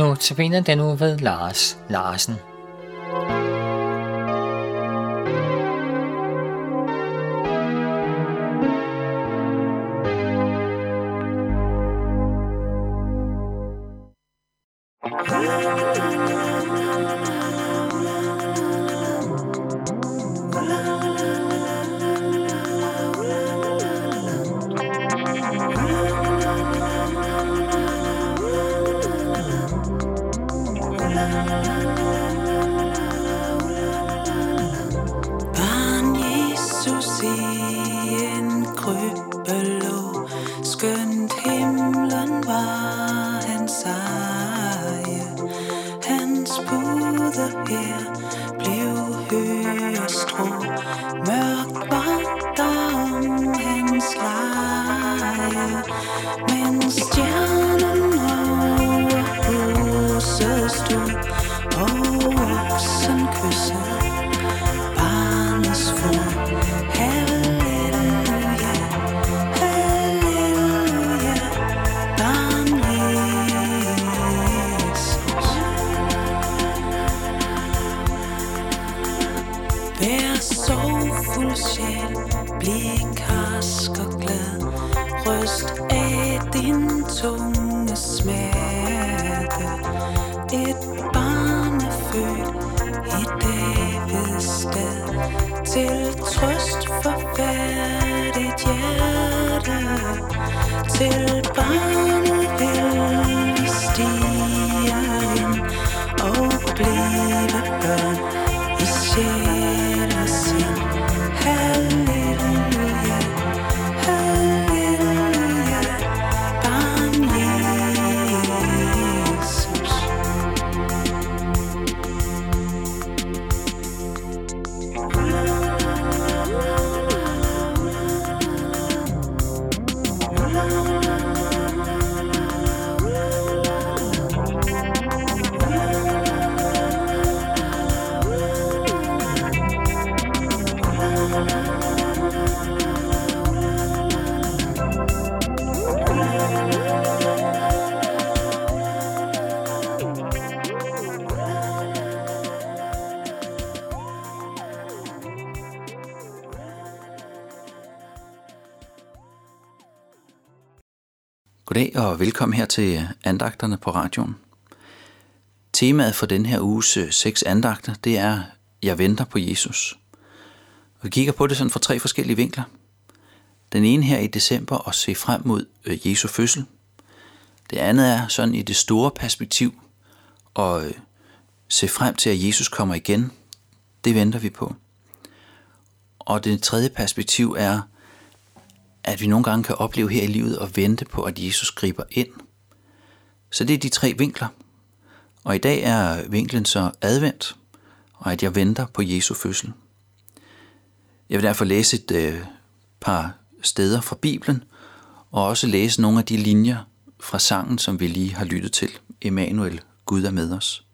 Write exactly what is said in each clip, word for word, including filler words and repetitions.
Notabene den uge ved Lars Larsen. Barn Jesus i en krybbe lå, skønt himlen var hans eje. Hans bude her blev hø og strå, mørkt var der om hans leje. Men stjernen over huset stod, og oksen kyssede barnets fod. Halleluja, halleluja, barn Jesus. Vær sorgfuld sjæl, bliv karsk og glad, røst af din tunge smerte. Et barn er født i Davids stad, til trøst for hvert et hjerte. Til barnet vil vi stige ind og blive børn i sjæl og sind. Halleluja, halleluja, barn Jesus. Goddag og velkommen her til andagterne på radioen. Temaet for den her uges seks andagter, det er, jeg venter på Jesus. Vi kigger på det sådan fra tre forskellige vinkler. Den ene her i december at se frem mod Jesu fødsel. Det andet er sådan i det store perspektiv at se frem til, at Jesus kommer igen. Det venter vi på. Og det tredje perspektiv er, at vi nogle gange kan opleve her i livet at vente på, at Jesus griber ind. Så det er de tre vinkler. Og i dag er vinklen så advent, og at jeg venter på Jesu fødsel. Jeg vil derfor læse et øh, par steder fra Bibelen, og også læse nogle af de linjer fra sangen, som vi lige har lyttet til. Emmanuel, Gud er med os.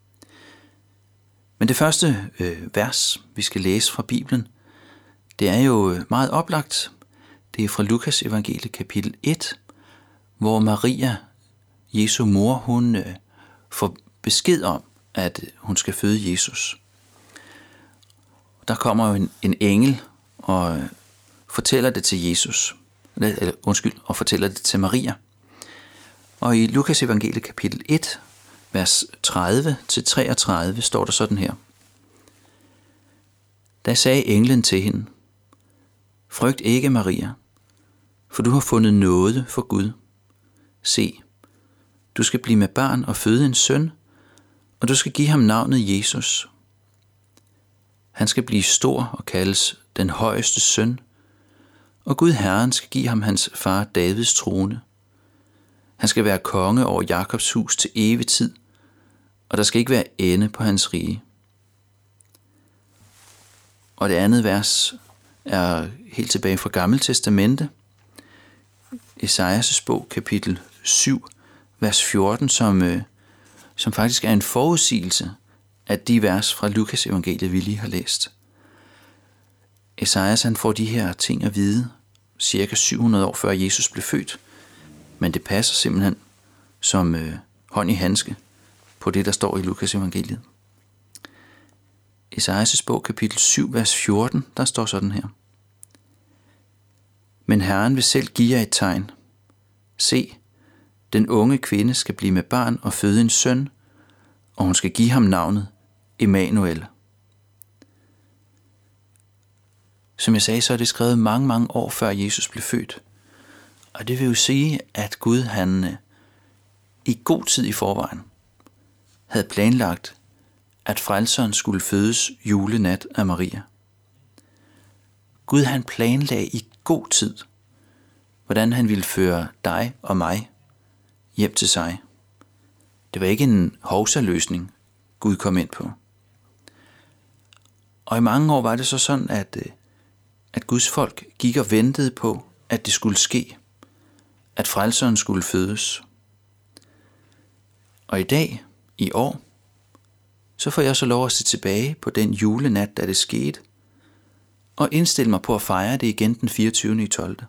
Men det første øh, vers, vi skal læse fra Bibelen, det er jo meget oplagt. Det er fra Lukas evangeliet kapitel et, hvor Maria, Jesu mor, hun øh, får besked om, at hun skal føde Jesus. Der kommer jo en, en engel og øh, fortæller det til Jesus, eller undskyld, og fortæller det til Maria. Og i Lukas evangeliet kapitel et, vers tredive til treogtredive, står der sådan her. Da sagde englen til hende, frygt ikke, Maria, for du har fundet nåde for Gud. Se, du skal blive med barn og føde en søn, og du skal give ham navnet Jesus. Han skal blive stor og kaldes den højeste søn, og Gud Herren skal give ham hans far Davids trone. Han skal være konge over Jakobs hus til evig tid, og der skal ikke være ende på hans rige. Og det andet vers er helt tilbage fra Gamle Testamente, Esajas bog, kapitel syv, vers fjorten, som, øh, som faktisk er en forudsigelse af de vers fra Lukas evangeliet, vi lige har læst. Esajas han får de her ting at vide, cirka syv hundrede år før Jesus blev født, men det passer simpelthen som øh, hånd i handske på det, der står i Lukas evangeliet. Esajas bog, kapitel syv, vers fjorten, der står sådan her. Men Herren vil selv give jer et tegn. Se, den unge kvinde skal blive med barn og føde en søn, og hun skal give ham navnet Emmanuel. Som jeg sagde, så er det skrevet mange, mange år før Jesus blev født. Og det vil jo sige, at Gud han i god tid i forvejen havde planlagt, at frelseren skulle fødes julenat af Maria. Gud han planlagde i god tid, hvordan han ville føre dig og mig hjem til sig. Det var ikke en hovsaløsning, Gud kom ind på. Og i mange år var det så sådan, at, at Guds folk gik og ventede på, at det skulle ske, at frelseren skulle fødes. Og i dag, i år, så får jeg så lov at se tilbage på den julenat, da det skete, og indstille mig på at fejre det igen den fireogtyvende tolvte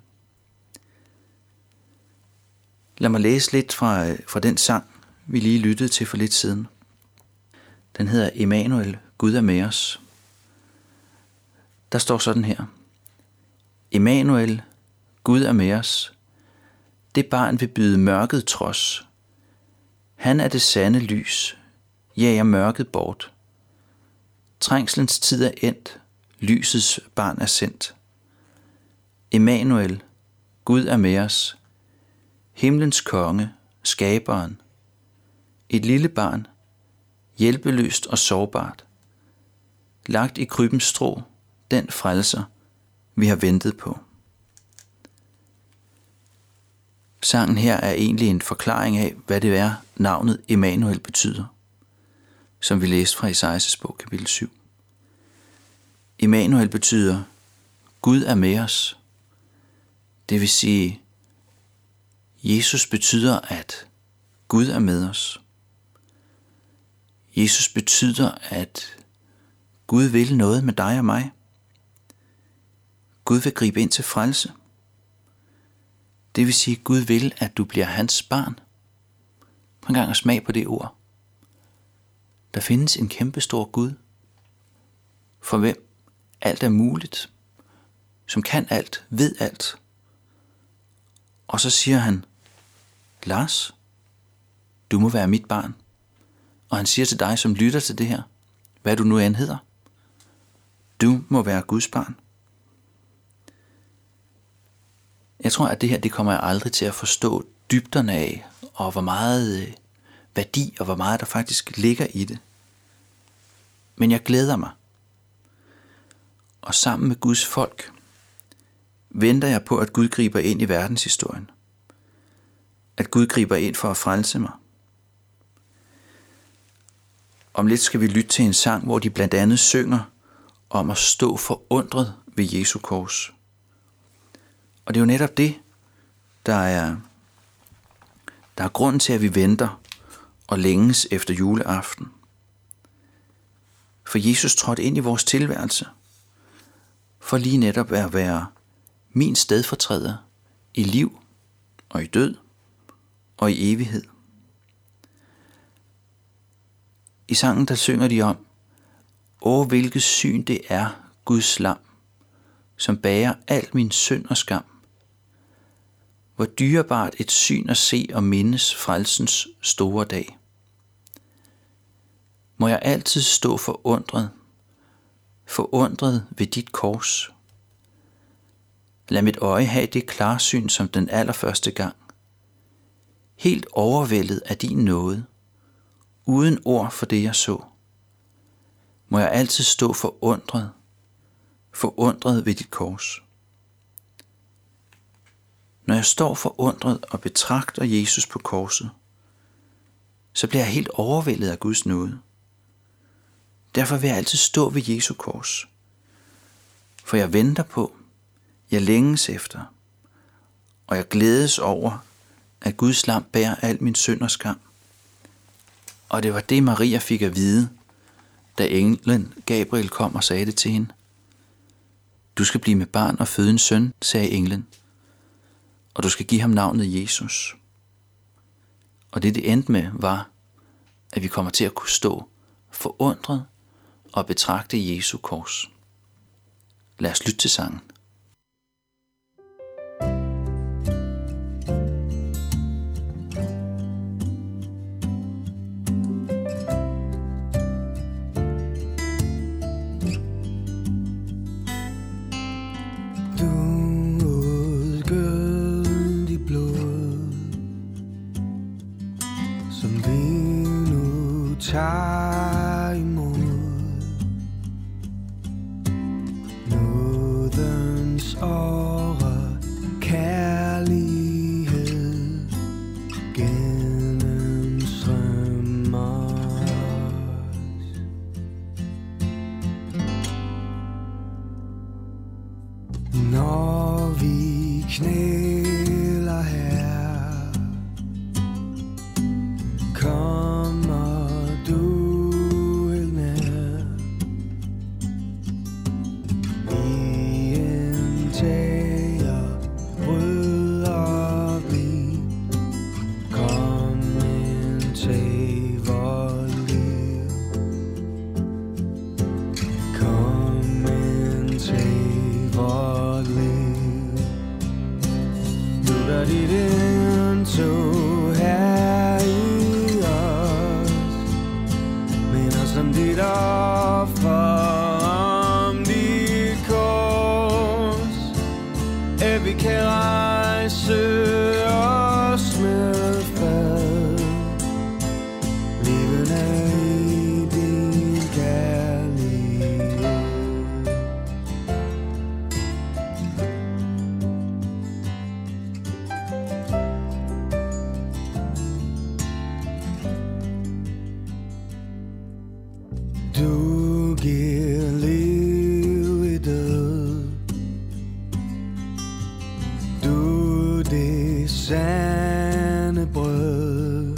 Lad mig læse lidt fra, fra den sang, vi lige lyttede til for lidt siden. Den hedder Emmanuel, Gud er med os. Der står sådan her. Emmanuel, Gud er med os. Det barn vil byde mørket trods. Han er det sande lys, jager mørket bort. Trængslens tid er endt, lysets barn er sendt. Emmanuel, Gud er med os. Himlens konge, skaberen. Et lille barn, hjælpeløst og sårbart. Lagt i krybens strå, den frelser, vi har ventet på. Sangen her er egentlig en forklaring af, hvad det er, navnet Emmanuel betyder, som vi læste fra Esajas bog, kapitel syv. Emmanuel betyder, Gud er med os. Det vil sige, Jesus betyder, at Gud er med os. Jesus betyder, at Gud vil noget med dig og mig. Gud vil gribe ind til frelse. Det vil sige, at Gud vil, at du bliver hans barn. Prøv en gang at smag på det ord. Der findes en kæmpestor Gud, for hvem alt er muligt, som kan alt, ved alt. Og så siger han, Lars, du må være mit barn. Og han siger til dig, som lytter til det her, hvad du nu end hedder, du må være Guds barn. Jeg tror, at det her, det kommer jeg aldrig til at forstå dybderne af, og hvor meget værdi, og hvor meget der faktisk ligger i det. Men jeg glæder mig. Og sammen med Guds folk, venter jeg på, at Gud griber ind i verdenshistorien. At Gud griber ind for at frelse mig. Om lidt skal vi lytte til en sang, hvor de blandt andet synger om at stå forundret ved Jesu kors. Og det er jo netop det, der er, der er grunden til, at vi venter og længes efter juleaften. For Jesus trådte ind i vores tilværelse, for lige netop at være min stedfortræder i liv og i død og i evighed. I sangen der synger de om, åh hvilket syn det er, Guds lam, som bærer al min synd og skam. Hvor dyrebart et syn at se og mindes frelsens store dag. Må jeg altid stå forundret, forundret ved dit kors. Lad mit øje have det klarsyn som den allerførste gang. Helt overvældet af din nåde, uden ord for det jeg så. Må jeg altid stå forundret, forundret ved dit kors. Når jeg står forundret og betragter Jesus på korset, så bliver jeg helt overvældet af Guds nåde. Derfor vil jeg altid stå ved Jesu kors. For jeg venter på, jeg længes efter, og jeg glædes over, at Guds lam bærer al min synd og skam. Og det var det, Maria fik at vide, da englen Gabriel kom og sagde det til hende. Du skal blive med barn og føde en søn, sagde englen, og du skal give ham navnet Jesus. Og det det endte med var, at vi kommer til at kunne stå forundret og betragte Jesu kors. Lad os lytte til sangen. Tag imod nådens åre, kærlighed gennemstrømmer os. Når vi knæler her, kommer dit indtog her i os, minder som dit offer om dit kors, at vi kan rejse os med fred, levende i din kærlighed. Du giver liv i død, du det sande brød,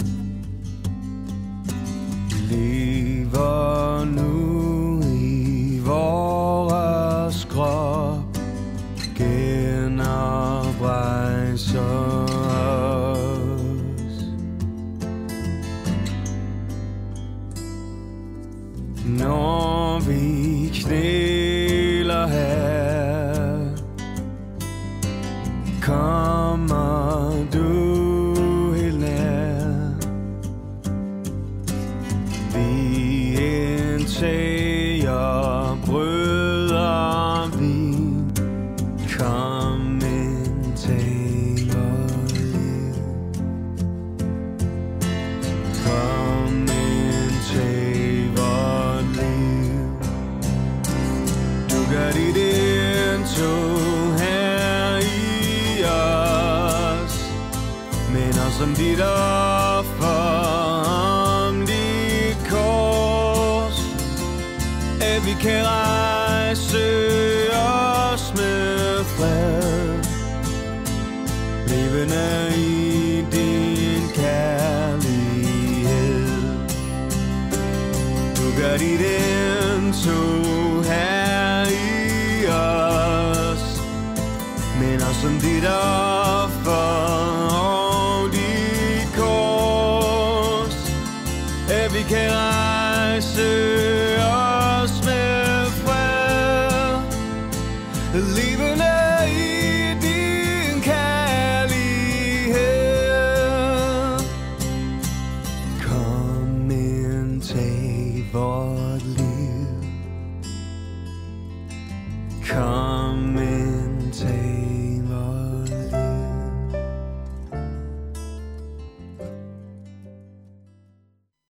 lever nu i vores krop, genoprejser os. Når vi knæler her, kommer du helt nær. Vi indtager brød og vin, kom indtag vores liv. Kom indtag vores liv. Du gør dit indtog her i os, minder som dit offer om dit kors, at vi kan rejse os med fred, levende i din kærlighed. Du gør dit indtog her i os, minder som dit offer og dit kors, at vi kan rejse os med fred, liv